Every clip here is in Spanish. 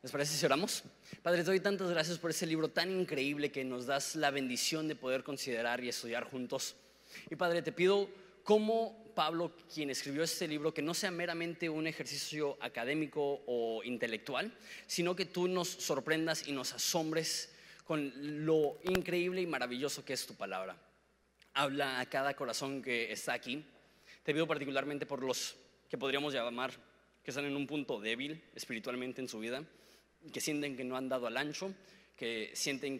¿Les parece si oramos? Padre, te doy tantas gracias por ese libro tan increíble que nos das la bendición de poder considerar y estudiar juntos. Y Padre, te pido como Pablo, quien escribió este libro, que no sea meramente un ejercicio académico o intelectual, sino que tú nos sorprendas y nos asombres con lo increíble y maravilloso que es tu palabra. Habla a cada corazón que está aquí. Te pido particularmente por los que podríamos llamar que están en un punto débil espiritualmente en su vida, que sienten que no han dado al ancho, que sienten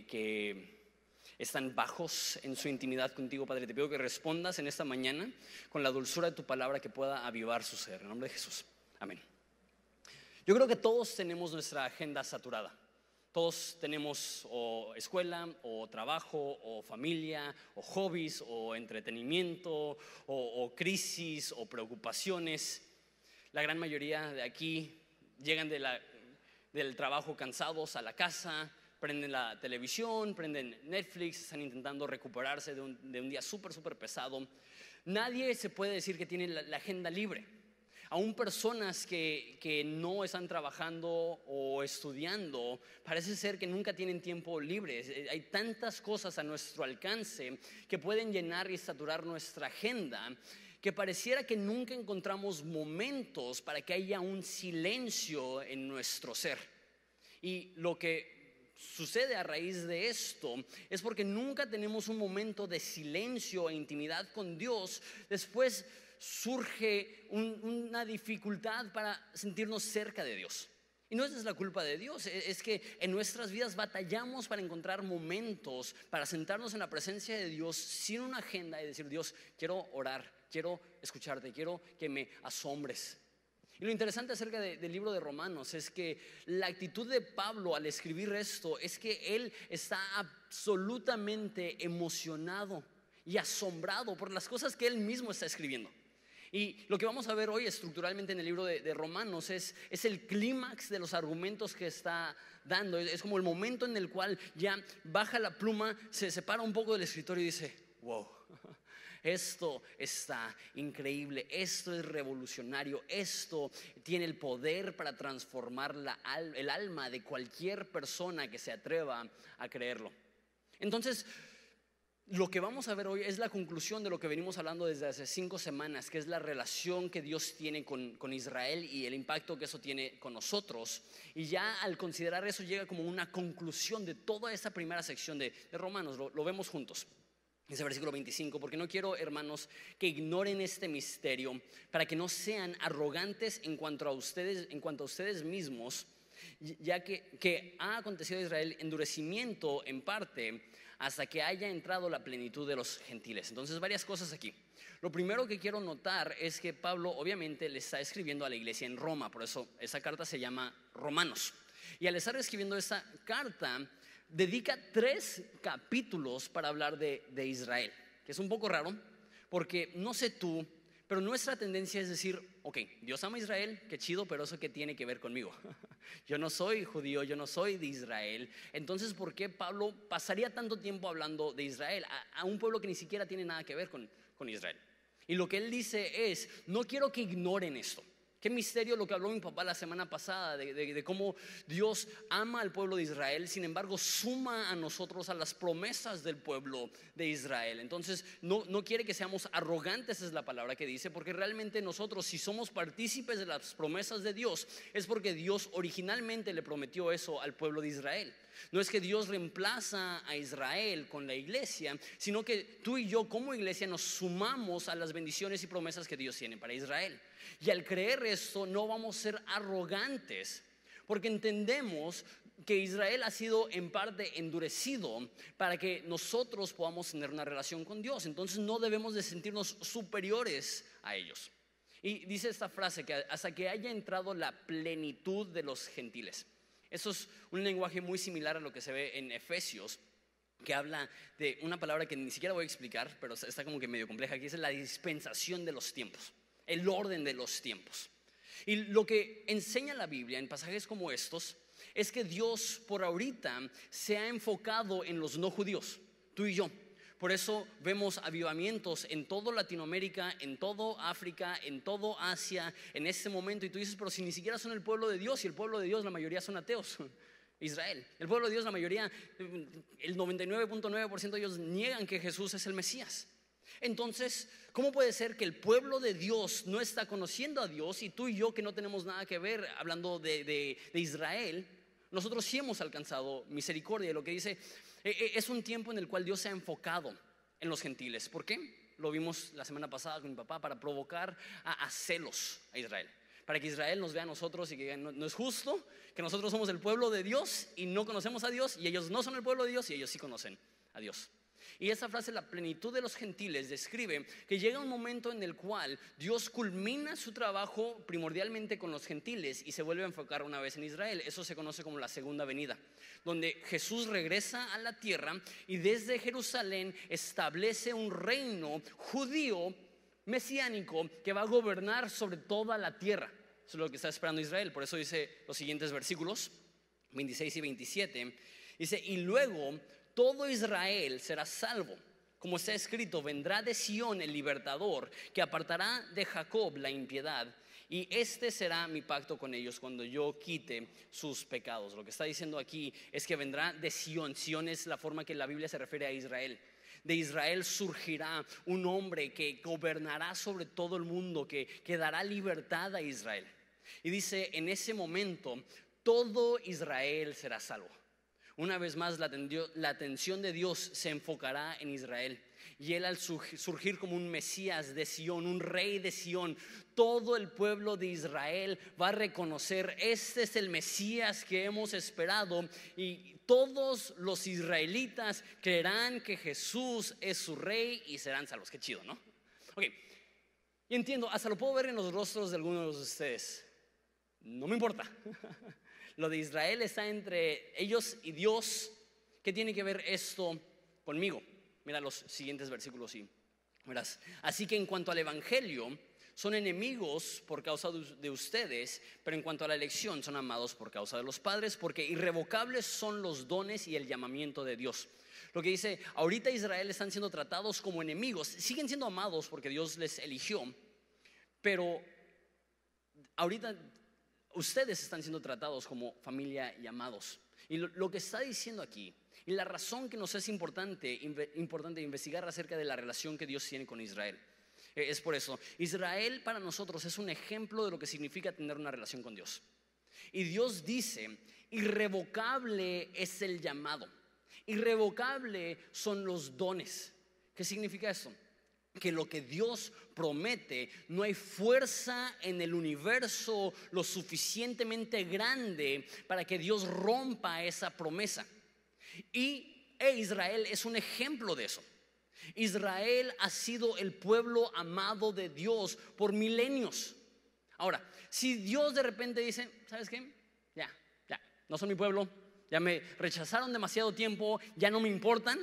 que están bajos en su intimidad contigo, Padre. Te pido que respondas en esta mañana con la dulzura de tu palabra que pueda avivar su ser. En nombre de Jesús, amén. Yo creo que todos tenemos nuestra agenda saturada. Todos tenemos o escuela, o trabajo, o familia, o hobbies, o entretenimiento, o crisis, o preocupaciones. La gran mayoría de aquí llegan del trabajo cansados a la casa, prenden la televisión, prenden Netflix, están intentando recuperarse de un día súper pesado. Nadie se puede decir que tiene la agenda libre. Aún personas que no están trabajando o estudiando, parece ser que nunca tienen tiempo libre. Hay tantas cosas a nuestro alcance que pueden llenar y saturar nuestra agenda, que pareciera que nunca encontramos momentos para que haya un silencio en nuestro ser. Y lo que sucede a raíz de esto es porque nunca tenemos un momento de silencio e intimidad con Dios. Después surge una dificultad para sentirnos cerca de Dios. Y no es la culpa de Dios, es que en nuestras vidas batallamos para encontrar momentos para sentarnos en la presencia de Dios sin una agenda y decir: Dios, quiero orar, quiero escucharte, quiero que me asombres. Y lo interesante acerca del libro de Romanos es que la actitud de Pablo al escribir esto es que él está absolutamente emocionado y asombrado por las cosas que él mismo está escribiendo. Y lo que vamos a ver hoy estructuralmente en el libro de Romanos es el clímax de los argumentos que está dando. Es como el momento en el cual ya baja la pluma, se separa un poco del escritorio y dice: wow, esto está increíble, esto es revolucionario, esto tiene el poder para transformar el alma de cualquier persona que se atreva a creerlo. Entonces, lo que vamos a ver hoy es la conclusión de lo que venimos hablando desde hace 5 semanas, que es la relación que Dios tiene con Israel y el impacto que eso tiene con nosotros. Y ya al considerar eso llega como una conclusión de toda esa primera sección de Romanos. Lo vemos juntos. Ese versículo 25, porque no quiero, hermanos, que ignoren este misterio, para que no sean arrogantes en cuanto a ustedes mismos, ya que ha acontecido a Israel endurecimiento en parte, hasta que haya entrado la plenitud de los gentiles. Entonces, varias cosas aquí. Lo primero que quiero notar es que Pablo obviamente le está escribiendo a la iglesia en Roma, por eso esa carta se llama Romanos. Y al estar escribiendo esa carta, dedica 3 capítulos para hablar de Israel, que es un poco raro, porque no sé tú, pero nuestra tendencia es decir: ok, Dios ama a Israel, qué chido, pero eso qué tiene que ver conmigo. Yo no soy judío, yo no soy de Israel. Entonces, ¿por qué Pablo pasaría tanto tiempo hablando de Israel, a un pueblo que ni siquiera tiene nada que ver con Israel? Y lo que él dice es: no quiero que ignoren esto. Qué misterio lo que habló mi papá la semana pasada de cómo Dios ama al pueblo de Israel, sin embargo suma a nosotros a las promesas del pueblo de Israel. Entonces no quiere que seamos arrogantes, es la palabra que dice, porque realmente nosotros, si somos partícipes de las promesas de Dios, es porque Dios originalmente le prometió eso al pueblo de Israel. No es que Dios reemplaza a Israel con la iglesia, sino que tú y yo como iglesia nos sumamos a las bendiciones y promesas que Dios tiene para Israel. Y al creer esto no vamos a ser arrogantes, porque entendemos que Israel ha sido en parte endurecido para que nosotros podamos tener una relación con Dios. Entonces no debemos de sentirnos superiores a ellos. Y dice esta frase, que hasta que haya entrado la plenitud de los gentiles. Eso es un lenguaje muy similar a lo que se ve en Efesios, que habla de una palabra que ni siquiera voy a explicar, pero está como que medio compleja, que es la dispensación de los tiempos, el orden de los tiempos. Y lo que enseña la Biblia en pasajes como estos es que Dios por ahorita se ha enfocado en los no judíos, tú y yo, Por eso vemos avivamientos en toda Latinoamérica, en todo África, en todo Asia, en este momento. Y tú dices, pero si ni siquiera son el pueblo de Dios, y el pueblo de Dios la mayoría son ateos. Israel, el pueblo de Dios la mayoría, el 99.9% de ellos niegan que Jesús es el Mesías. Entonces, ¿cómo puede ser que el pueblo de Dios no está conociendo a Dios y tú y yo, que no tenemos nada que ver, hablando de Israel, nosotros sí hemos alcanzado misericordia? Lo que dice, es un tiempo en el cual Dios se ha enfocado en los gentiles. ¿Por qué? Lo vimos la semana pasada con mi papá, para provocar a celos a Israel, para que Israel nos vea a nosotros y que digan, no es justo que nosotros somos el pueblo de Dios y no conocemos a Dios, y ellos no son el pueblo de Dios y ellos sí conocen a Dios. Y esa frase, la plenitud de los gentiles, describe que llega un momento en el cual Dios culmina su trabajo primordialmente con los gentiles y se vuelve a enfocar una vez en Israel. Eso se conoce como la segunda venida, donde Jesús regresa a la tierra y desde Jerusalén establece un reino judío mesiánico que va a gobernar sobre toda la tierra. Eso es lo que está esperando Israel. Por eso dice los siguientes versículos 26 y 27. Dice, y luego todo Israel será salvo, como está escrito, vendrá de Sión el libertador, que apartará de Jacob la impiedad, y este será mi pacto con ellos cuando yo quite sus pecados. Lo que está diciendo aquí es que vendrá de Sión. Sión es la forma que la Biblia se refiere a Israel. De Israel surgirá un hombre que gobernará sobre todo el mundo, que dará libertad a Israel. Y dice, en ese momento todo Israel será salvo. Una vez más, la atención de Dios se enfocará en Israel. Y él, al surgir como un Mesías de Sión, un rey de Sión, todo el pueblo de Israel va a reconocer, este es el Mesías que hemos esperado. Y todos los israelitas creerán que Jesús es su rey y serán salvos. Qué chido, ¿no? Ok, y entiendo, hasta lo puedo ver en los rostros de algunos de ustedes. No me importa. Lo de Israel está entre ellos y Dios. ¿Qué tiene que ver esto conmigo? Mira los siguientes versículos y verás. Así que en cuanto al evangelio, son enemigos por causa de ustedes, pero en cuanto a la elección, son amados por causa de los padres, porque irrevocables son los dones y el llamamiento de Dios. Lo que dice, ahorita Israel están siendo tratados como enemigos, siguen siendo amados porque Dios les eligió, pero ahorita ustedes están siendo tratados como familia y amados. Y lo que está diciendo aquí, y la razón que nos es importante investigar acerca de la relación que Dios tiene con Israel, es por eso. Israel para nosotros es un ejemplo de lo que significa tener una relación con Dios. Y Dios dice, irrevocable es el llamado, irrevocable son los dones. ¿Qué significa eso? Que lo que Dios promete, no hay fuerza en el universo lo suficientemente grande para que Dios rompa esa promesa. Y Israel es un ejemplo de eso. Israel ha sido el pueblo amado de Dios por milenios. Ahora, si Dios de repente dice, ¿sabes qué? Ya, no son mi pueblo, ya me rechazaron demasiado tiempo, ya no me importan.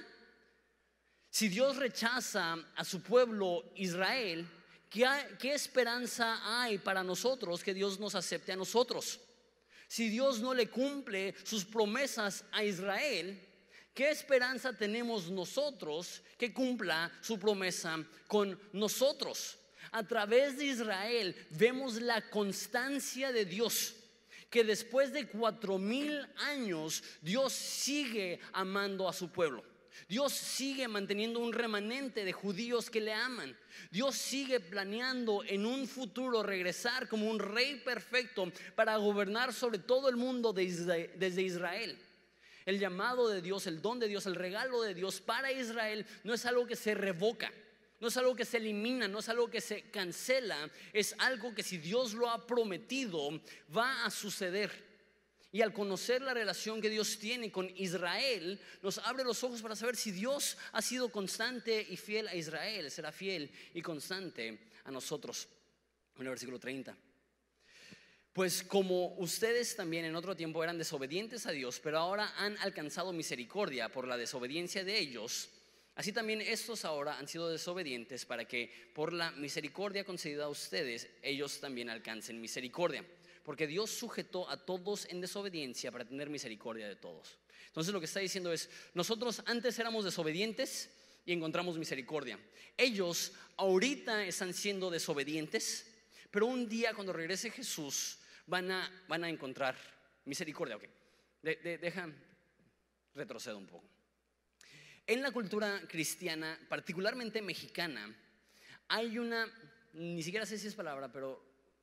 Si Dios rechaza a su pueblo Israel, ¿qué esperanza hay para nosotros que Dios nos acepte a nosotros? Si Dios no le cumple sus promesas a Israel, ¿qué esperanza tenemos nosotros que cumpla su promesa con nosotros? A través de Israel vemos la constancia de Dios, que después de 4000 años Dios sigue amando a su pueblo. Dios sigue manteniendo un remanente de judíos que le aman. Dios sigue planeando en un futuro regresar como un rey perfecto para gobernar sobre todo el mundo desde Israel. El llamado de Dios, el don de Dios, el regalo de Dios para Israel no es algo que se revoca, no es algo que se elimina, no es algo que se cancela. Es algo que, si Dios lo ha prometido, va a suceder. Y al conocer la relación que Dios tiene con Israel, nos abre los ojos para saber si Dios ha sido constante y fiel a Israel, será fiel y constante a nosotros. En el versículo 30. Pues como ustedes también en otro tiempo eran desobedientes a Dios, pero ahora han alcanzado misericordia por la desobediencia de ellos, así también estos ahora han sido desobedientes para que por la misericordia concedida a ustedes, ellos también alcancen misericordia. Porque Dios sujetó a todos en desobediencia para tener misericordia de todos. Entonces lo que está diciendo es, nosotros antes éramos desobedientes, y encontramos misericordia. Ellos ahorita están siendo desobedientes, pero un día cuando regrese Jesús van a encontrar misericordia. Ok, deja, retrocedo un poco. En la cultura cristiana, particularmente mexicana, hay ni siquiera sé si es palabra, pero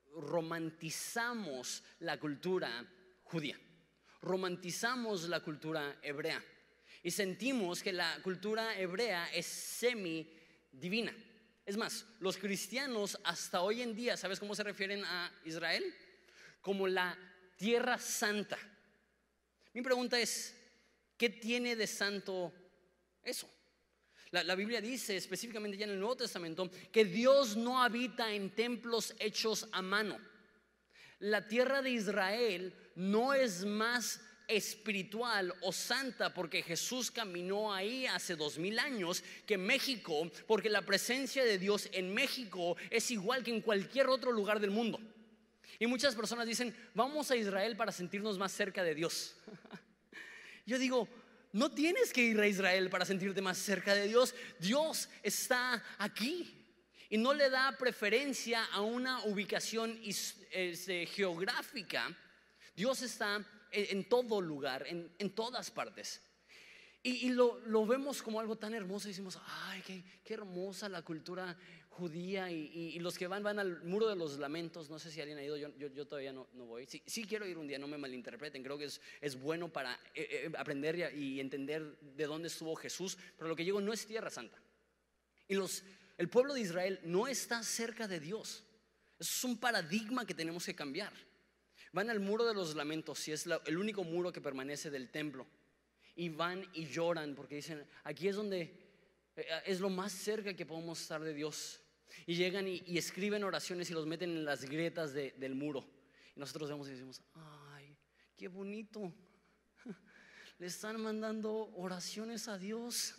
romantizamos la cultura judía, romantizamos la cultura hebrea y sentimos que la cultura hebrea es semi-divina. Es más, los cristianos hasta hoy en día, ¿sabes cómo se refieren a Israel? Como la tierra santa. Mi pregunta es, ¿qué tiene de santo eso? La Biblia dice específicamente ya en el Nuevo Testamento que Dios no habita en templos hechos a mano. La tierra de Israel no es más espiritual o santa porque Jesús caminó ahí hace 2000 años que México, porque la presencia de Dios en México es igual que en cualquier otro lugar del mundo. Y muchas personas dicen, vamos a Israel para sentirnos más cerca de Dios. Yo digo, no tienes que ir a Israel para sentirte más cerca de Dios. Dios está aquí y no le da preferencia a una ubicación geográfica. Dios está en todo lugar, en todas partes. Y lo vemos como algo tan hermoso. Y decimos, ay, qué hermosa la cultura judía. Y los que van al Muro de los Lamentos. No sé si alguien ha ido, yo todavía no voy. Sí quiero ir un día, no me malinterpreten. Creo que es bueno para aprender y entender de dónde estuvo Jesús. Pero lo que digo, no es tierra santa. Y el pueblo de Israel no está cerca de Dios. Eso es un paradigma que tenemos que cambiar. Van al Muro de los Lamentos y es el único muro que permanece del templo. Y van y lloran porque dicen, aquí es donde es lo más cerca que podemos estar de Dios. Y llegan y escriben oraciones y los meten en las grietas del muro. Y nosotros vemos y decimos, ay, qué bonito. Le están mandando oraciones a Dios.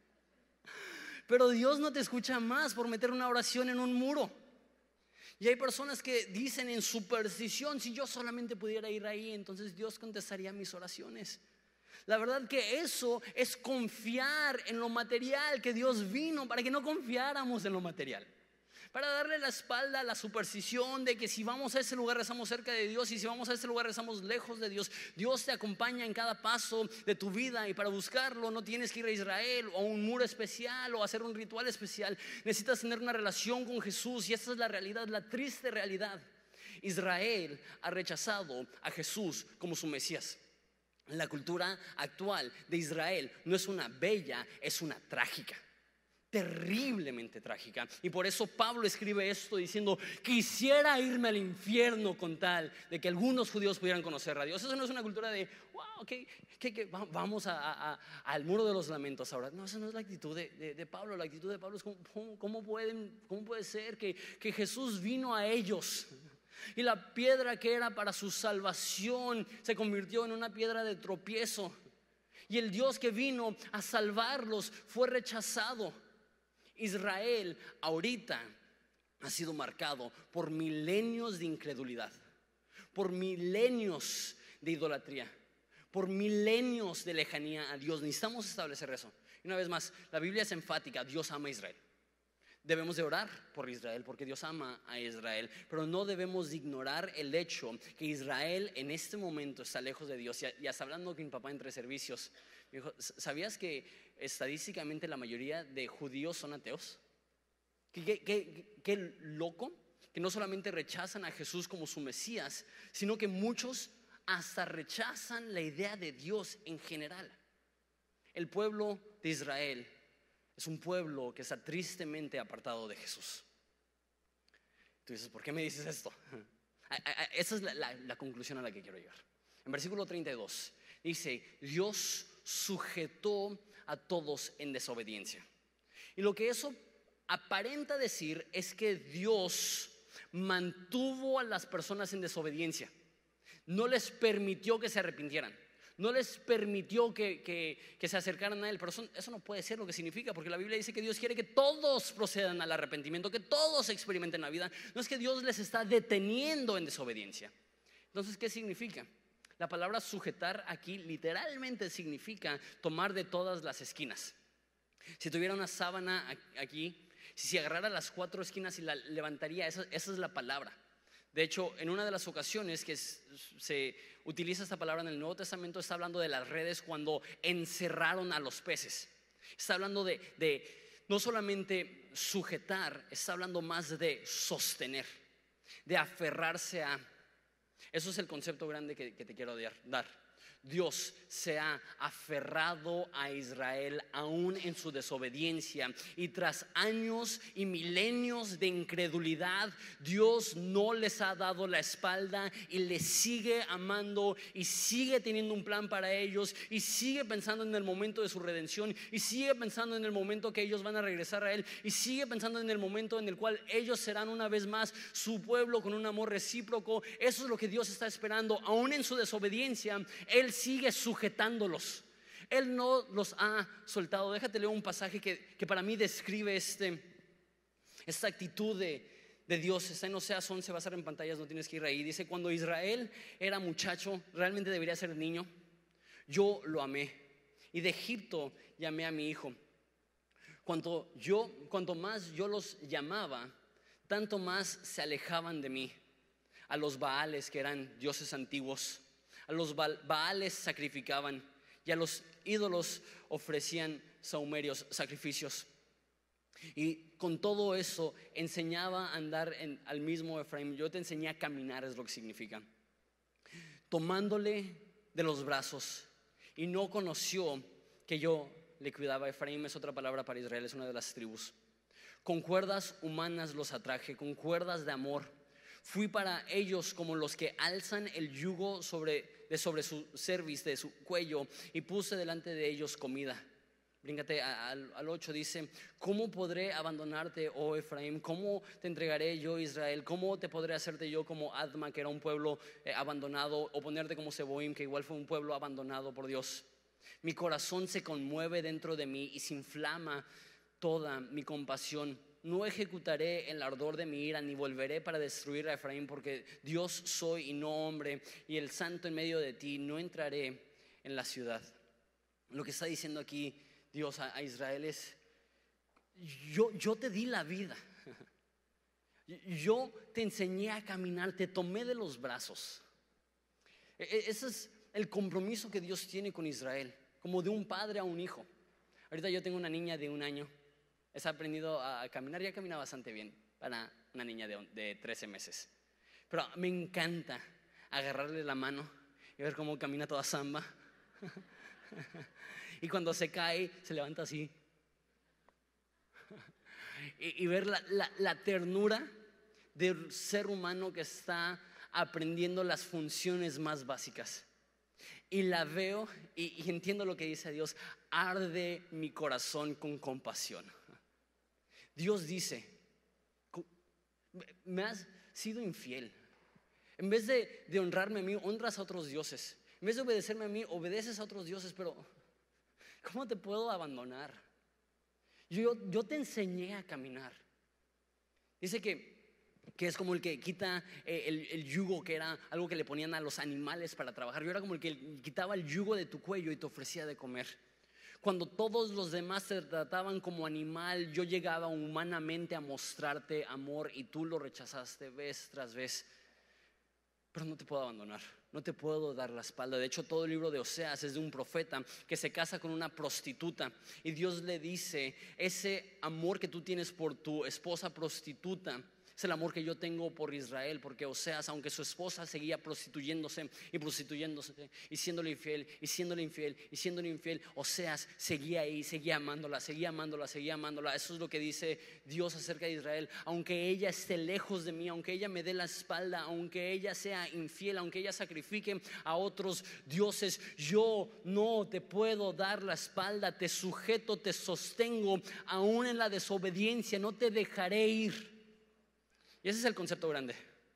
Pero Dios no te escucha más por meter una oración en un muro. Y hay personas que dicen en superstición, si yo solamente pudiera ir ahí, entonces Dios contestaría mis oraciones. La verdad que eso es confiar en lo material, que Dios vino para que no confiáramos en lo material, para darle la espalda a la superstición de que si vamos a ese lugar rezamos cerca de Dios y si vamos a ese lugar rezamos lejos de Dios. Dios te acompaña en cada paso de tu vida y para buscarlo no tienes que ir a Israel o a un muro especial o hacer un ritual especial. Necesitas tener una relación con Jesús y esa es la realidad, la triste realidad. Israel ha rechazado a Jesús como su Mesías. La cultura actual de Israel no es una bella, es una trágica, terriblemente trágica. Y por eso Pablo escribe esto diciendo, quisiera irme al infierno con tal de que algunos judíos pudieran conocer a Dios. Eso no es una cultura de, wow, vamos al Muro de los Lamentos ahora. No, esa no es la actitud de Pablo. La actitud de Pablo es, ¿cómo puede ser que Jesús vino a ellos? Y la piedra que era para su salvación se convirtió en una piedra de tropiezo. Y el Dios que vino a salvarlos fue rechazado. Israel ahorita ha sido marcado por milenios de incredulidad, por milenios de idolatría, por milenios de lejanía a Dios. Necesitamos establecer eso. Y una vez más, la Biblia es enfática, Dios ama a Israel. Debemos de orar por Israel porque Dios ama a Israel, pero no debemos de ignorar el hecho que Israel en este momento está lejos de Dios. Y hasta hablando con mi papá entre servicios, me dijo, ¿sabías que estadísticamente la mayoría de judíos son ateos? Qué loco que no solamente rechazan a Jesús como su Mesías, sino que muchos hasta rechazan la idea de Dios en general. El pueblo de Israel es un pueblo que está tristemente apartado de Jesús. Tú dices, ¿por qué me dices esto? Esa es la conclusión a la que quiero llegar. En versículo 32 dice, Dios sujetó a todos en desobediencia. Y lo que eso aparenta decir es que Dios mantuvo a las personas en desobediencia. No les permitió que se arrepintieran. No les permitió que se acercaran a Él. Pero eso no puede ser lo que significa, porque la Biblia dice que Dios quiere que todos procedan al arrepentimiento, que todos experimenten la vida. No es que Dios les está deteniendo en desobediencia. Entonces, ¿qué significa? La palabra sujetar aquí literalmente significa tomar de todas las esquinas. Si tuviera una sábana aquí, si agarrara las 4 esquinas y la levantaría, esa es la palabra. De hecho, en una de las ocasiones que se utiliza esta palabra en el Nuevo Testamento, está hablando de las redes cuando encerraron a los peces. Está hablando de no solamente sujetar, está hablando más de sostener, de aferrarse a. Eso es el concepto grande que te quiero dar. Dios se ha aferrado a Israel aún en su desobediencia, y tras años y milenios de incredulidad, Dios no les ha dado la espalda y les sigue amando y sigue teniendo un plan para ellos, y sigue pensando en el momento de su redención, y sigue pensando en el momento que ellos van a regresar a Él, y sigue pensando en el momento en el cual ellos serán una vez más su pueblo con un amor recíproco. Eso es lo que Dios está esperando. Aún en su desobediencia, Él sigue sujetándolos. Él no los ha soltado. Déjate leer un pasaje que para mí describe esta actitud de Dios. Está en Oseas 11, va a estar en pantallas, no tienes que ir ahí. Dice: cuando Israel era muchacho, realmente debería ser niño, yo lo amé, y de Egipto llamé a mi hijo. Cuanto más yo los llamaba, tanto más se alejaban de mí. A los Baales, que eran dioses antiguos, a los Baales sacrificaban, y a los ídolos ofrecían sahumerios, sacrificios. Y con todo eso enseñaba a andar al mismo Efraín. Yo te enseñé a caminar, es lo que significa. Tomándole de los brazos, y no conoció que yo le cuidaba. Efraín es otra palabra para Israel, es una de las tribus. Con cuerdas humanas los atraje, con cuerdas de amor. Fui para ellos como los que alzan el yugo sobre su cerviz, de su cuello, y puse delante de ellos comida. Bríncate al 8, dice: ¿cómo podré abandonarte, oh Efraín? ¿Cómo te entregaré yo, Israel? ¿Cómo te podré hacerte yo como Adma, que era un pueblo abandonado, o ponerte como Seboim, que igual fue un pueblo abandonado por Dios? Mi corazón se conmueve dentro de mí y se inflama toda mi compasión. No ejecutaré el ardor de mi ira, ni volveré para destruir a Efraín, porque Dios soy y no hombre, y el santo en medio de ti. No entraré en la ciudad. Lo que está diciendo aquí Dios a Israel es: yo te di la vida, yo te enseñé a caminar, te tomé de los brazos. Ese es el compromiso que Dios tiene con Israel, como de un padre a un hijo. Ahorita yo tengo una niña de 1 año. Has aprendido a caminar, ya camina bastante bien para una niña de 13 meses. Pero me encanta agarrarle la mano y ver cómo camina toda samba. Y cuando se cae, se levanta así. Y ver la ternura del ser humano que está aprendiendo las funciones más básicas. Y la veo y entiendo lo que dice Dios: arde mi corazón con compasión. Dios dice: me has sido infiel. En vez de honrarme a mí, honras a otros dioses. En vez de obedecerme a mí, obedeces a otros dioses. Pero ¿cómo te puedo abandonar? Yo te enseñé a caminar. Dice que es como el que quita el yugo, que era algo que le ponían a los animales para trabajar. Yo era como el que quitaba el yugo de tu cuello y te ofrecía de comer. Cuando todos los demás te trataban como animal, yo llegaba humanamente a mostrarte amor, y tú lo rechazaste vez tras vez. Pero no te puedo abandonar, no te puedo dar la espalda. De hecho, todo el libro de Oseas es de un profeta que se casa con una prostituta, y Dios le dice: ese amor que tú tienes por tu esposa prostituta es el amor que yo tengo por Israel. Porque Oseas, aunque su esposa seguía prostituyéndose y siéndole infiel, Oseas seguía ahí, seguía amándola. Eso es lo que dice Dios acerca de Israel: aunque ella esté lejos de mí, aunque ella me dé la espalda, aunque ella sea infiel, aunque ella sacrifique a otros dioses, yo no te puedo dar la espalda. Te sujeto, te sostengo, aún en la desobediencia, no te dejaré ir. Y ese es el concepto grande.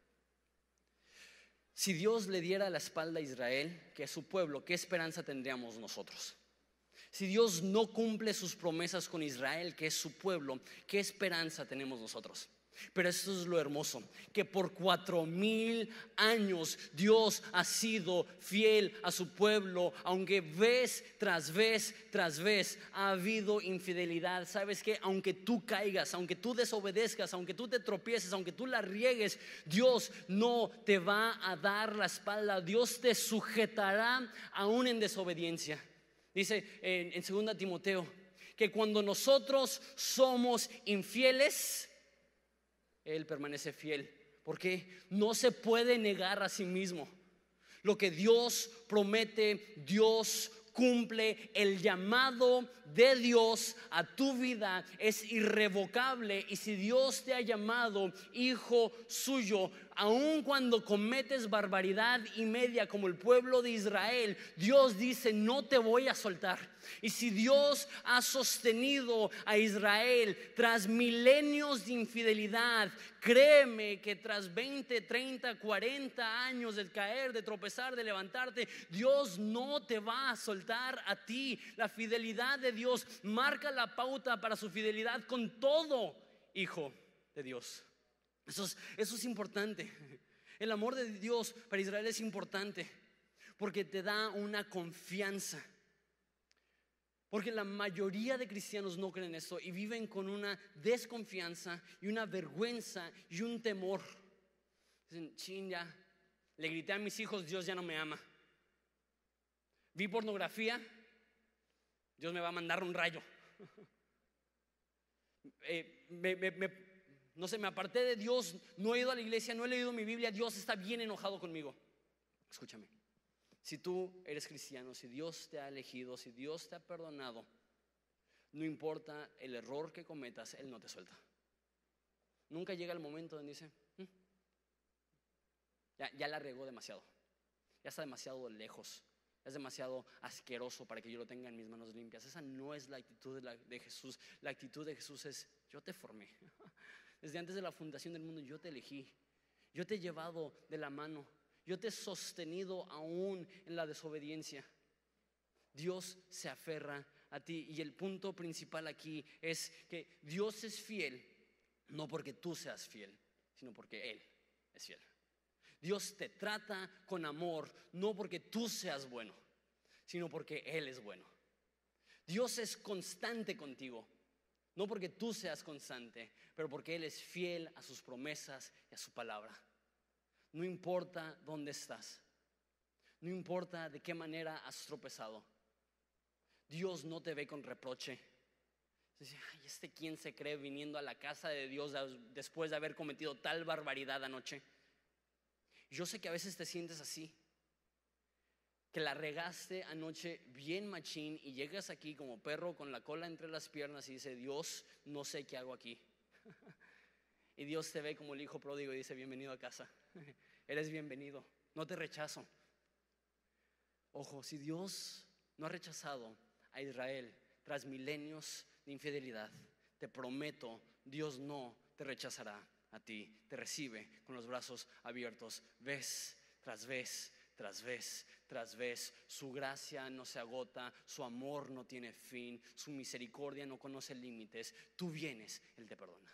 Si Dios le diera la espalda a Israel, que es su pueblo, ¿qué esperanza tendríamos nosotros? Si Dios no cumple sus promesas con Israel, que es su pueblo, ¿qué esperanza tenemos nosotros? Pero esto es lo hermoso, que por 4000 años Dios ha sido fiel a su pueblo, aunque vez tras vez tras vez ha habido infidelidad. ¿Sabes qué? Aunque tú caigas, aunque tú desobedezcas, aunque tú te tropieces, aunque tú la riegues, Dios no te va a dar la espalda. Dios te sujetará aún en desobediencia. Dice en 2 Timoteo que cuando nosotros somos infieles, Él permanece fiel, porque no se puede negar a sí mismo. Lo que Dios promete, Dios cumple. El llamado de Dios a tu vida es irrevocable. Y si Dios te ha llamado hijo suyo, aun cuando cometes barbaridad y media como el pueblo de Israel, Dios dice: no te voy a soltar. Y si Dios ha sostenido a Israel tras milenios de infidelidad, créeme que tras 20, 30, 40 años de caer, de tropezar, de levantarte, Dios no te va a soltar a ti. La fidelidad de Dios marca la pauta para su fidelidad con todo hijo de Dios. Eso es importante. El amor de Dios para Israel es importante porque te da una confianza. Porque la mayoría de cristianos no creen esto y viven con una desconfianza y una vergüenza y un temor. Dicen: chin, ya le grité a mis hijos, Dios ya no me ama. Vi pornografía, Dios me va a mandar un rayo. No sé, me aparté de Dios, no he ido a la iglesia, no he leído mi Biblia, Dios está bien enojado conmigo. Escúchame. Si tú eres cristiano, si Dios te ha elegido, si Dios te ha perdonado, no importa el error que cometas, Él no te suelta. Nunca llega el momento donde dice: ya la regó demasiado, ya está demasiado lejos, es demasiado asqueroso para que yo lo tenga en mis manos limpias. Esa no es la actitud de Jesús. La actitud de Jesús es: yo te formé. Desde antes de la fundación del mundo yo te elegí, yo te he llevado de la mano, yo te he sostenido aún en la desobediencia. Dios se aferra a ti. Y el punto principal aquí es que Dios es fiel, no porque tú seas fiel, sino porque Él es fiel. Dios te trata con amor, no porque tú seas bueno, sino porque Él es bueno. Dios es constante contigo, no porque tú seas constante, pero porque Él es fiel a sus promesas y a su palabra. No importa dónde estás, no importa de qué manera has tropezado, Dios no te ve con reproche. Dice: ay, ¿quién se cree viniendo a la casa de Dios después de haber cometido tal barbaridad anoche? Yo sé que a veces te sientes así, que la regaste anoche bien machín y llegas aquí como perro con la cola entre las piernas y dice: Dios, no sé qué hago aquí. Y Dios te ve como el hijo pródigo y dice: bienvenido a casa, eres bienvenido, no te rechazo. Ojo, si Dios no ha rechazado a Israel tras milenios de infidelidad, te prometo, Dios no te rechazará a ti. Te recibe con los brazos abiertos, vez tras vez tras vez tras vez. Su gracia no se agota, su amor no tiene fin, su misericordia no conoce límites. Tú vienes, Él te perdona.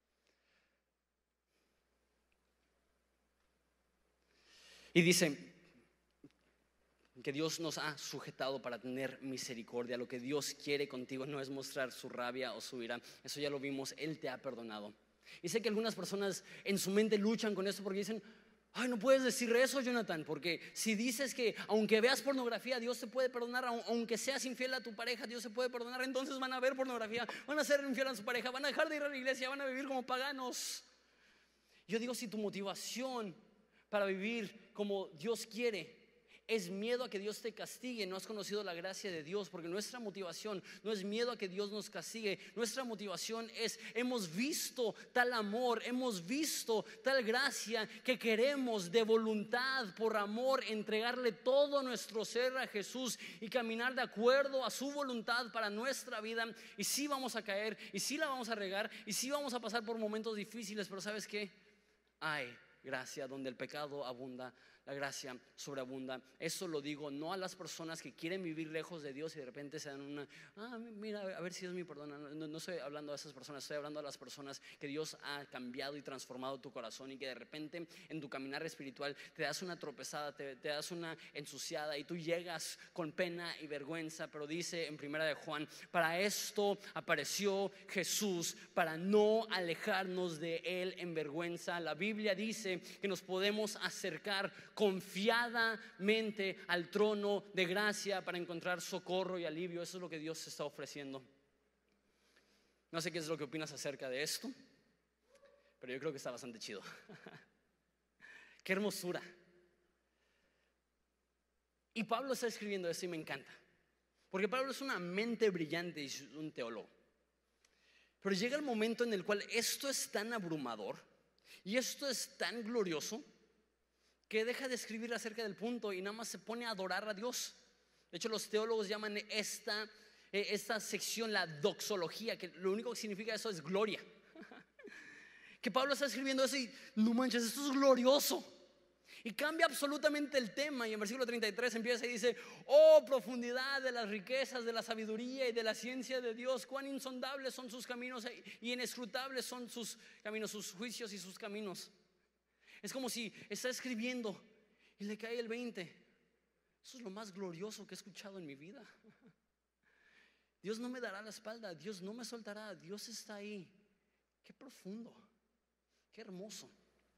Y dice que Dios nos ha sujetado para tener misericordia. Lo que Dios quiere contigo no es mostrar su rabia o su ira. Eso ya lo vimos, Él te ha perdonado. Y sé que algunas personas en su mente luchan con eso porque dicen: ay, no puedes decir eso, Jonathan, porque si dices que aunque veas pornografía Dios te puede perdonar, aunque seas infiel a tu pareja Dios te puede perdonar, entonces van a ver pornografía, van a ser infiel a su pareja, van a dejar de ir a la iglesia, van a vivir como paganos. Yo digo, si tu motivación para vivir como Dios quiere es miedo a que Dios te castigue, no has conocido la gracia de Dios. Porque nuestra motivación no es miedo a que Dios nos castigue. Nuestra motivación es: hemos visto tal amor, hemos visto tal gracia, que queremos de voluntad, por amor, entregarle todo nuestro ser a Jesús y caminar de acuerdo a su voluntad para nuestra vida. Y sí vamos a caer, y sí la vamos a regar, y sí vamos a pasar por momentos difíciles, pero ¿sabes qué? Hay gracia donde el pecado abunda, la gracia sobreabunda. Eso lo digo no a las personas que quieren vivir lejos de Dios y de repente se dan una, mira, a ver si Dios me perdona. No estoy hablando a esas personas, estoy hablando a las personas que Dios ha cambiado y transformado tu corazón, y que de repente en tu caminar espiritual te das una tropezada, te das una ensuciada y tú llegas con pena y vergüenza. Pero dice en Primera de Juan: para esto apareció Jesús, para no alejarnos de Él en vergüenza. La Biblia dice que nos podemos acercar confiadamente al trono de gracia para encontrar socorro y alivio. Eso es lo que Dios está ofreciendo. No sé qué es lo que opinas acerca de esto, pero yo creo que está bastante chido. Qué hermosura. Y Pablo está escribiendo esto y me encanta, porque Pablo es una mente brillante y es un teólogo. Pero llega el momento en el cual esto es tan abrumador y esto es tan glorioso que deja de escribir acerca del punto y nada más se pone a adorar a Dios. De hecho, los teólogos llaman esta sección la doxología, que lo único que significa eso es gloria. Que Pablo está escribiendo eso y no manches, esto es glorioso. Y cambia absolutamente el tema, y en versículo 33 empieza y dice: oh, profundidad de las riquezas, de la sabiduría y de la ciencia de Dios, cuán insondables son sus caminos y inescrutables son sus caminos, sus juicios y sus caminos. Es como si está escribiendo y le cae el 20. Eso es lo más glorioso que he escuchado en mi vida. Dios no me dará la espalda, Dios no me soltará, Dios está ahí. Qué profundo, qué hermoso.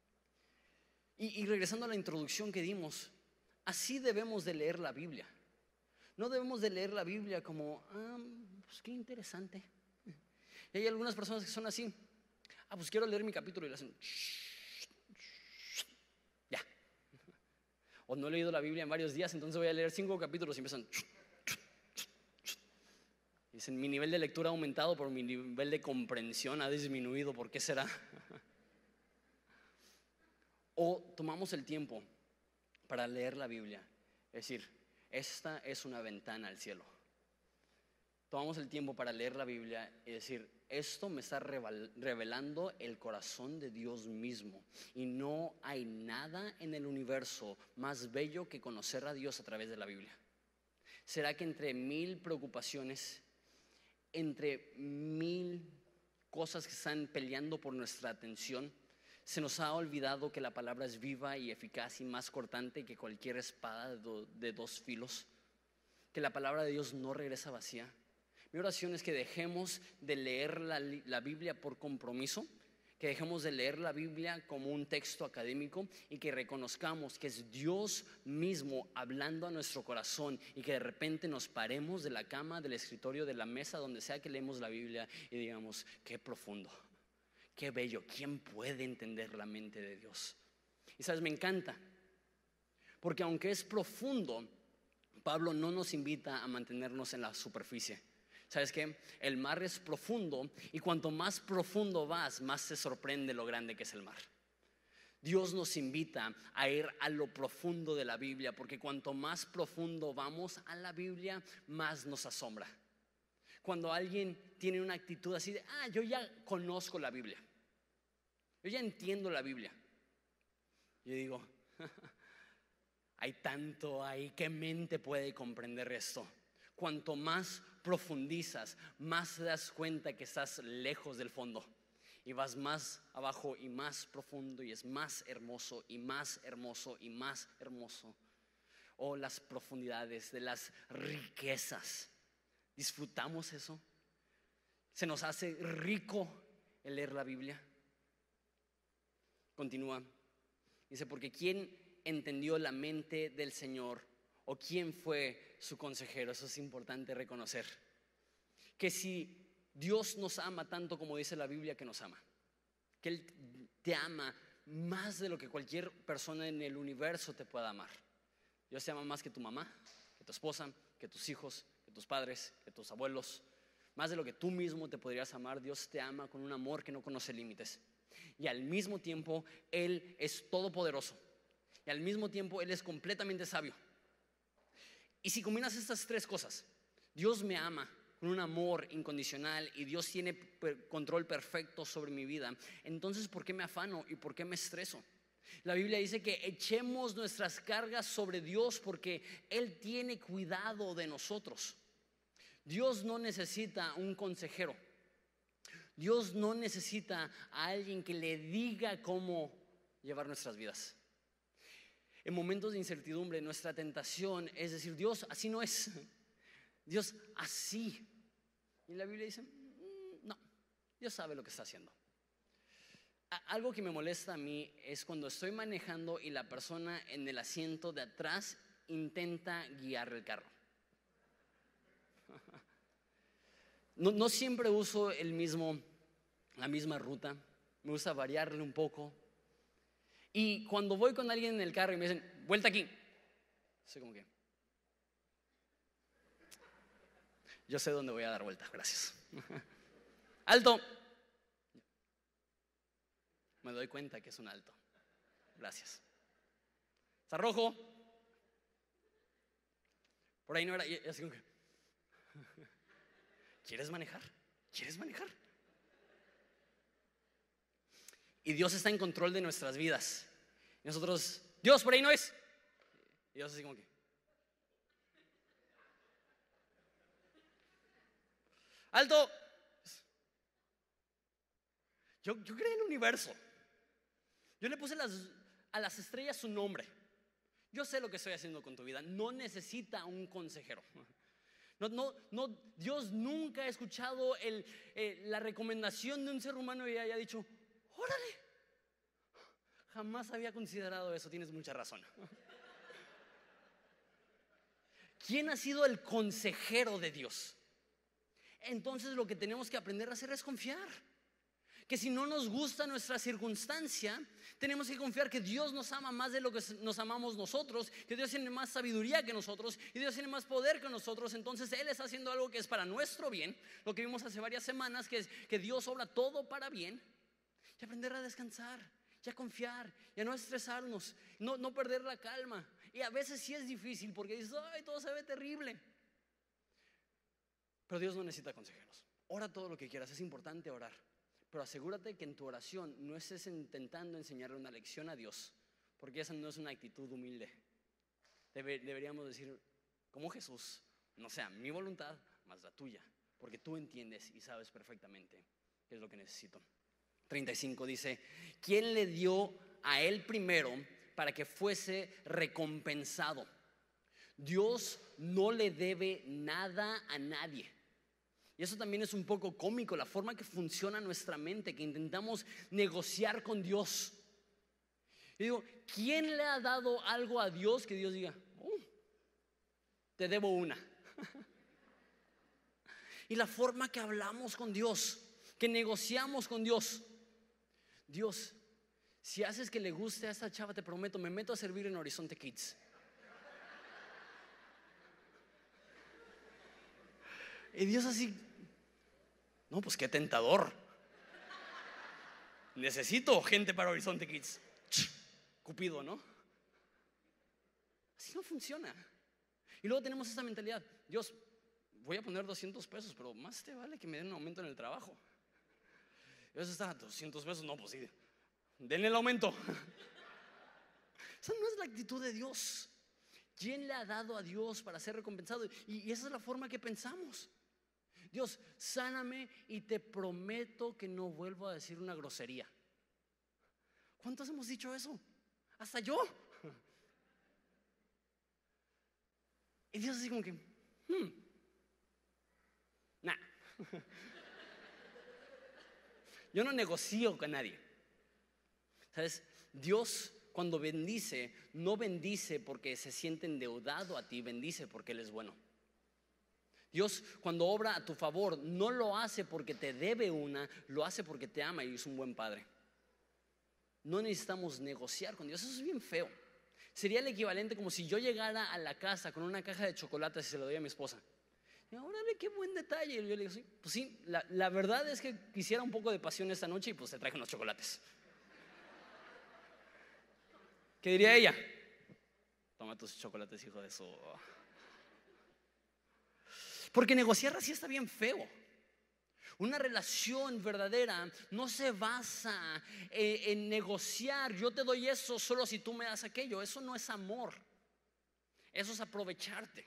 Y regresando a la introducción que dimos, así debemos de leer la Biblia. No debemos de leer la Biblia como, pues qué interesante. Y hay algunas personas que son así: pues quiero leer mi capítulo, y le hacen ya. O no he leído la Biblia en varios días, entonces voy a leer 5 capítulos y empiezan. Dicen: mi nivel de lectura ha aumentado, pero mi nivel de comprensión ha disminuido. ¿Por qué será? O tomamos el tiempo para leer la Biblia, es decir, esta es una ventana al cielo. Tomamos el tiempo para leer la Biblia y decir: esto me está revelando el corazón de Dios mismo, y no hay nada en el universo más bello que conocer a Dios a través de la Biblia. ¿Será que entre 1000 preocupaciones, entre 1000 cosas que están peleando por nuestra atención, se nos ha olvidado que la palabra es viva y eficaz y más cortante que cualquier espada de 2 filos? Que la palabra de Dios no regresa vacía. Mi oración es que dejemos de leer la Biblia por compromiso, que dejemos de leer la Biblia como un texto académico, y que reconozcamos que es Dios mismo hablando a nuestro corazón, y que de repente nos paremos de la cama, del escritorio, de la mesa, donde sea que leemos la Biblia, y digamos: qué profundo, qué bello. ¿Quién puede entender la mente de Dios? Y sabes, me encanta, porque aunque es profundo, Pablo no nos invita a mantenernos en la superficie. ¿Sabes qué? El mar es profundo, y cuanto más profundo vas, más te sorprende lo grande que es el mar. Dios nos invita a ir a lo profundo de la Biblia, porque cuanto más profundo vamos a la Biblia, más nos asombra. Cuando alguien tiene una actitud así de: yo ya conozco la Biblia, yo ya entiendo la Biblia, yo digo: hay tanto ahí, ¿qué mente puede comprender esto? Cuanto más profundizas, más te das cuenta que estás lejos del fondo, y vas más abajo y más profundo, y es más hermoso y más hermoso y más hermoso. Oh, las profundidades de las riquezas. ¿Disfrutamos eso? ¿Se nos hace rico el leer la Biblia? Continúa, dice: porque ¿quién entendió la mente del Señor? ¿O quién fue su consejero? Eso es importante reconocer, que si Dios nos ama tanto como dice la Biblia que nos ama, que Él te ama más de lo que cualquier persona en el universo te pueda amar. Dios te ama más que tu mamá, que tu esposa, que tus hijos, que tus padres, que tus abuelos. Más de lo que tú mismo te podrías amar. Dios te ama con un amor que no conoce límites. Y al mismo tiempo Él es todopoderoso, y al mismo tiempo Él es completamente sabio. Y si combinas estas 3 cosas: Dios me ama con un amor incondicional y Dios tiene control perfecto sobre mi vida, entonces ¿por qué me afano y por qué me estreso? La Biblia dice que echemos nuestras cargas sobre Dios porque Él tiene cuidado de nosotros. Dios no necesita un consejero. Dios no necesita a alguien que le diga cómo llevar nuestras vidas. En momentos de incertidumbre, nuestra tentación es decir: Dios, así no es. Dios, así. Y la Biblia dice: no, Dios sabe lo que está haciendo. Algo que me molesta a mí es cuando estoy manejando y la persona en el asiento de atrás intenta guiar el carro. No siempre uso la misma ruta. Me gusta variarle un poco. Y cuando voy con alguien en el carro y me dicen: vuelta aquí, soy como que: yo sé dónde voy a dar vuelta, gracias. Alto. Me doy cuenta que es un alto. Gracias. Está rojo. Por ahí no era. Y así como que: ¿quieres manejar? ¿Quieres manejar? Y Dios está en control de nuestras vidas. Y nosotros: Dios, por ahí no es. Y Dios así como que: alto. Yo creé el universo. Yo le puse a las estrellas su nombre. Yo sé lo que estoy haciendo con tu vida. No necesita un consejero. No, Dios nunca ha escuchado la recomendación de un ser humano y haya dicho: órale. Jamás había considerado eso. Tienes mucha razón. ¿Quién ha sido el consejero de Dios? Entonces lo que tenemos que aprender a hacer es confiar. Que si no nos gusta nuestra circunstancia, tenemos que confiar que Dios nos ama más de lo que nos amamos nosotros, que Dios tiene más sabiduría que nosotros y Dios tiene más poder que nosotros. Entonces Él está haciendo algo que es para nuestro bien. Lo que vimos hace varias semanas, que es que Dios obra todo para bien. Y aprender a descansar, y a confiar, y a no estresarnos, no perder la calma. Y a veces sí es difícil porque dices: ay, todo se ve terrible. Pero Dios no necesita consejeros. Ora todo lo que quieras, es importante orar. Pero asegúrate que en tu oración no estés intentando enseñarle una lección a Dios, porque esa no es una actitud humilde. Deberíamos decir como Jesús: no sea mi voluntad, más la tuya, porque tú entiendes y sabes perfectamente qué es lo que necesito. 35 dice: ¿quién le dio a él primero para que fuese recompensado? Dios no le debe nada a nadie. Y eso también es un poco cómico, la forma que funciona nuestra mente, que intentamos negociar con Dios. Y digo: ¿quién le ha dado algo a Dios que Dios diga: te debo una? Y la forma que hablamos con Dios, que negociamos con Dios: Dios, si haces que le guste a esta chava, te prometo, me meto a servir en Horizonte Kids. Y Dios así: no, pues qué tentador. Necesito gente para Horizonte Kids. Cupido, ¿no? Así no funciona. Y luego tenemos esta mentalidad: Dios, voy a poner 200 pesos, pero más te vale que me den un aumento en el trabajo. Y eso está: 200 pesos, no, pues sí, denle el aumento. Esa no es la actitud de Dios. ¿Quién le ha dado a Dios para ser recompensado? Y esa es la forma que pensamos. Dios, sáname y te prometo que no vuelvo a decir una grosería. ¿Cuántos hemos dicho eso? Hasta yo. Y Dios así como que: nah. Yo no negocio con nadie. ¿Sabes? Dios, cuando bendice, no bendice porque se siente endeudado a ti, bendice porque Él es bueno. Dios, cuando obra a tu favor, no lo hace porque te debe una, lo hace porque te ama y es un buen padre. No necesitamos negociar con Dios. Eso es bien feo. Sería el equivalente como si yo llegara a la casa con una caja de chocolates y se lo doy a mi esposa. Y órale, qué buen detalle. Y yo le digo: sí, pues sí, la verdad es que quisiera un poco de pasión esta noche y pues te traje unos chocolates. ¿Qué diría ella? Toma tus chocolates, hijo de su... Porque negociar así está bien feo. Una relación verdadera no se basa en negociar. Yo te doy eso solo si tú me das aquello. Eso no es amor. Eso es aprovecharte.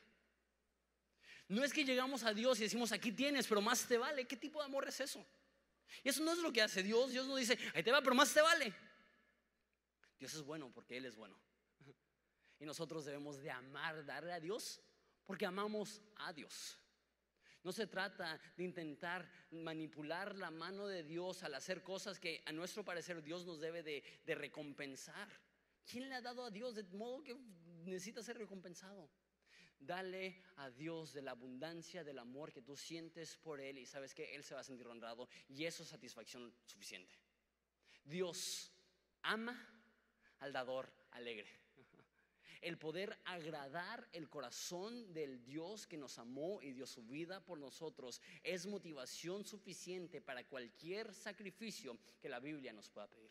No es que llegamos a Dios y decimos aquí tienes, pero más te vale. ¿Qué tipo de amor es eso? Y eso no es lo que hace Dios. Dios no dice ahí te va, pero más te vale. Dios es bueno porque Él es bueno. Y nosotros debemos de amar, darle a Dios porque amamos a Dios. No se trata de intentar manipular la mano de Dios al hacer cosas que a nuestro parecer Dios nos debe de recompensar. ¿Quién le ha dado a Dios de modo que necesita ser recompensado? Dale a Dios de la abundancia del amor que tú sientes por Él, y sabes que Él se va a sentir honrado, y eso es satisfacción suficiente. Dios ama al dador alegre. El poder agradar el corazón del Dios que nos amó y dio su vida por nosotros es motivación suficiente para cualquier sacrificio que la Biblia nos pueda pedir.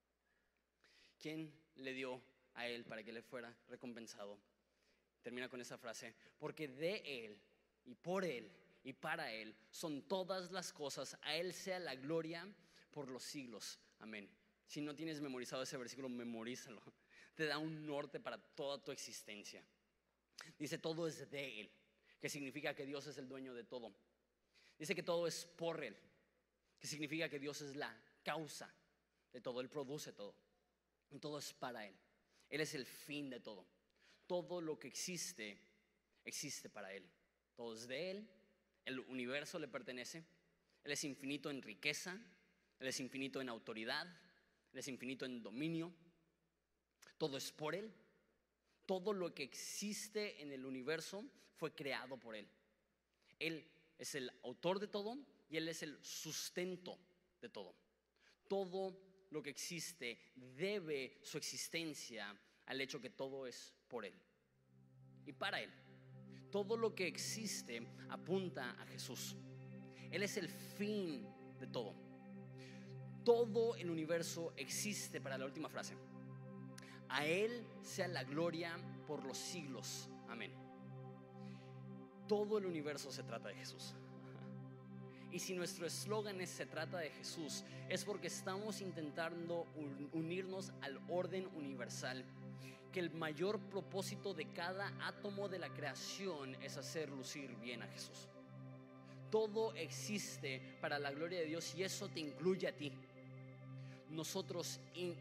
¿Quién le dio a Él para que le fuera recompensado? Termina con esa frase: porque de Él y por Él y para Él son todas las cosas, a Él sea la gloria por los siglos. Amén. Si no tienes memorizado ese versículo, memorízalo. Te da un norte para toda tu existencia. Dice todo es de Él, que significa que Dios es el dueño de todo. Dice que todo es por Él, que significa que Dios es la causa de todo. Él produce todo y todo es para Él. Él es el fin de todo. Todo lo que existe, existe para Él. Todo es de Él. El universo le pertenece. Él es infinito en riqueza. Él es infinito en autoridad. Él es infinito en dominio. Todo es por Él. Todo lo que existe en el universo fue creado por Él. Él es el autor de todo y Él es el sustento de todo. Todo lo que existe debe su existencia al hecho que todo es por Él y para Él. Todo lo que existe apunta a Jesús. Él es el fin de todo. Todo el universo existe, para la última frase, a Él sea la gloria por los siglos. Amén. Todo el universo se trata de Jesús. Y si nuestro eslogan es se trata de Jesús, es porque estamos intentando unirnos al orden universal, que el mayor propósito de cada átomo de la creación es hacer lucir bien a Jesús. Todo existe para la gloria de Dios y eso te incluye a ti. Nosotros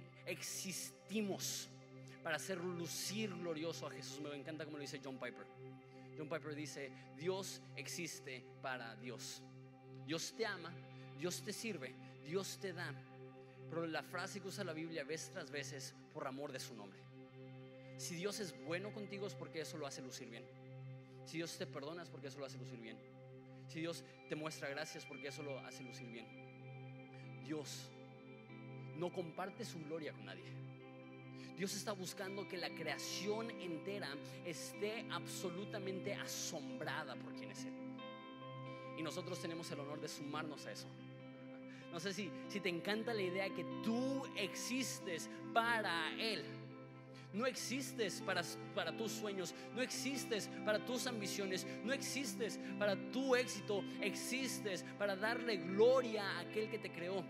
existimos para hacer lucir glorioso a Jesús. Me encanta como lo dice John Piper. John Piper dice: Dios existe para Dios. Dios te ama, Dios te sirve, Dios te da. Pero la frase que usa la Biblia vez tras vez es por amor de su nombre. Si Dios es bueno contigo es porque eso lo hace lucir bien. Si Dios te perdona es porque eso lo hace lucir bien. Si Dios te muestra gracias porque eso lo hace lucir bien. Dios no comparte su gloria con nadie. Dios está buscando que la creación entera esté absolutamente asombrada por quién es Él. Y nosotros tenemos el honor de sumarnos a eso. No sé si te encanta la idea que tú existes para Él. No existes para tus sueños, no existes para tus ambiciones, no existes para tu éxito, existes para darle gloria a aquel que te creó.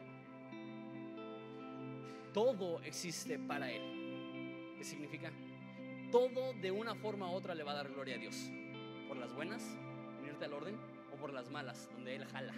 Todo existe para Él. ¿Qué significa? Todo de una forma u otra le va a dar gloria a Dios. Por las buenas, unirte al orden, o por las malas, donde Él jala.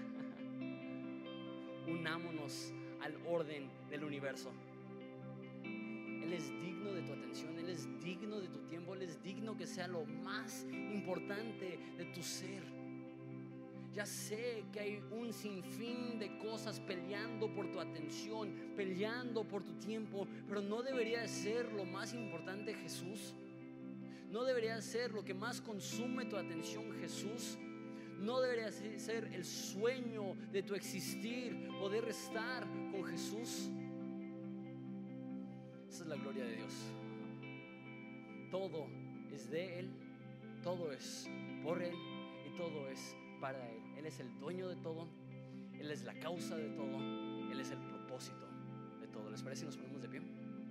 Unámonos al orden del universo. Él es digno de tu atención, Él es digno de tu tiempo, Él es digno que sea lo más importante de tu ser. Ya sé que hay un sinfín de cosas peleando por tu atención, peleando por tu tiempo, pero no debería de ser lo más importante Jesús. No debería ser lo que más consume tu atención Jesús. No debería ser el sueño de tu existir, poder estar con Jesús. Esa es la gloria de Dios. Todo es de Él, todo es por Él y todo es para Él. Él es el dueño de todo, Él es la causa de todo, Él es el propósito de todo. ¿Les parece si nos ponemos de pie?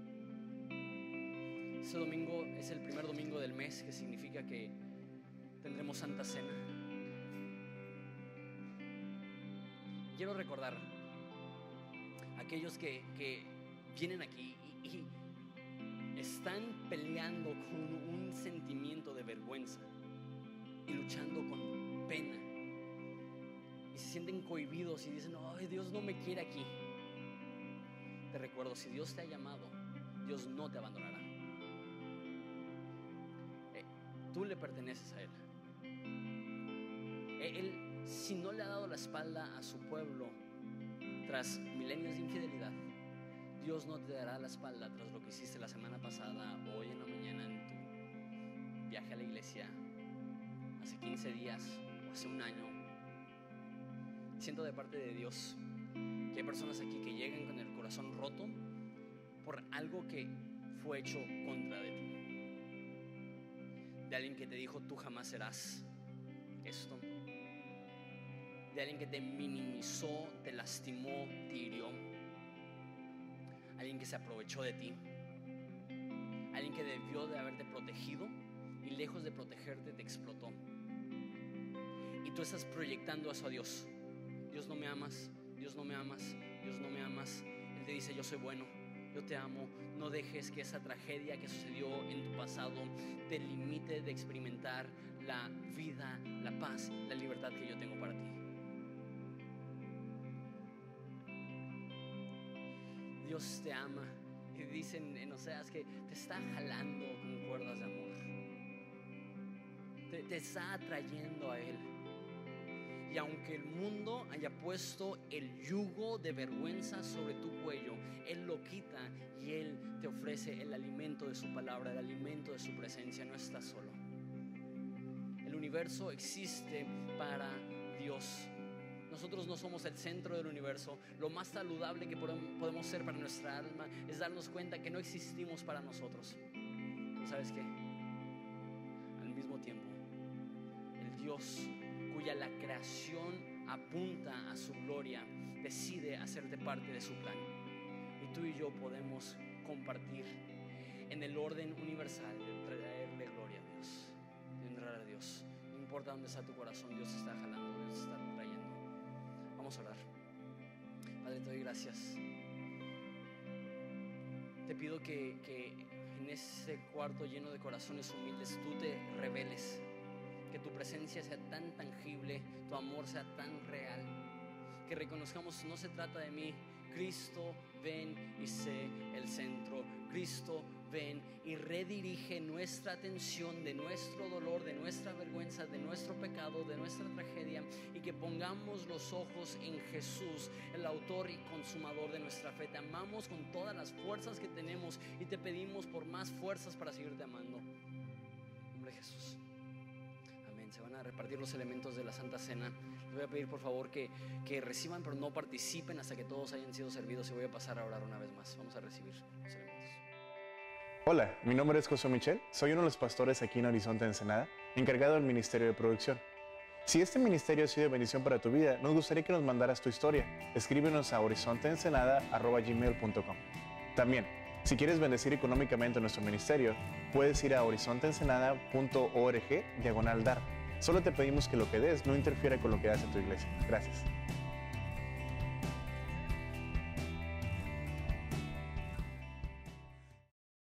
Este domingo es el primer domingo del mes, que significa que tendremos Santa Cena. quiero recordar a aquellos que vienen aquí y están peleando con un sentimiento de vergüenza y luchando con pena y se sienten cohibidos y dicen, ay, Dios no me quiere aquí. Te recuerdo, si Dios te ha llamado, Dios no te abandonará. Tú le perteneces a Él. Él, si no le ha dado la espalda a su pueblo tras milenios de infidelidad, Dios no te dará la espalda tras lo que hiciste la semana pasada, hoy en la mañana en tu viaje a la iglesia, hace 15 días o hace un año. Siento de parte de Dios que hay personas aquí que llegan con el corazón roto por algo que fue hecho contra de ti. De alguien que te dijo, tú jamás serás esto. De alguien que te minimizó, te lastimó, te hirió. Alguien que se aprovechó de ti. Alguien que debió de haberte protegido y lejos de protegerte te explotó. Y tú estás proyectando eso a Dios. Dios, no me amas, Dios no me amas, Dios no me amas. Él te dice, yo soy bueno, yo te amo. No dejes que esa tragedia que sucedió en tu pasado te limite de experimentar la vida, la paz, la libertad que yo tengo para ti. Dios te ama. Y dicen en Oseas que te está jalando con cuerdas de amor. Te está atrayendo a Él. Y aunque el mundo haya puesto el yugo de vergüenza sobre tu cuello, Él lo quita y Él te ofrece el alimento de su palabra, el alimento de su presencia. No estás solo. El universo existe para Dios. Nosotros no somos el centro del universo. Lo más saludable que podemos ser para nuestra alma es darnos cuenta que no existimos para nosotros. Pero ¿sabes qué? Al mismo tiempo, el Dios cuya la creación apunta a su gloria decide hacerte parte de su plan. Y tú y yo podemos compartir en el orden universal de traerle gloria a Dios, de honrar a Dios. No importa dónde está tu corazón, Dios te está jalando, Dios te está trayendo. Vamos a orar. Padre, te doy gracias. Te pido que en ese cuarto lleno de corazones humildes tú te reveles, que tu presencia sea tan tangible, tu amor sea tan real, que reconozcamos, no se trata de mí. Cristo, ven y sé el centro. Cristo, ven y redirige nuestra atención de nuestro dolor, de nuestra vergüenza, de nuestro pecado, de nuestra tragedia, y que pongamos los ojos en Jesús, el autor y consumador de nuestra fe. Te amamos con todas las fuerzas que tenemos y te pedimos por más fuerzas para seguirte amando. En nombre de Jesús. Se van a repartir los elementos de la Santa Cena. Les voy a pedir por favor que reciban, pero no participen hasta que todos hayan sido servidos. Y voy a pasar a orar una vez más. Vamos a recibir los elementos. Hola, mi nombre es José Michel. Soy uno de los pastores aquí en Horizonte Ensenada, encargado del Ministerio de Producción. Si este ministerio ha sido de bendición para tu vida, nos gustaría que nos mandaras tu historia. Escríbenos a horizonteensenada@gmail.com. También, si quieres bendecir económicamente nuestro ministerio, puedes ir a horizonteensenada.org/dar. Solo te pedimos que lo que des no interfiera con lo que das en tu iglesia. Gracias.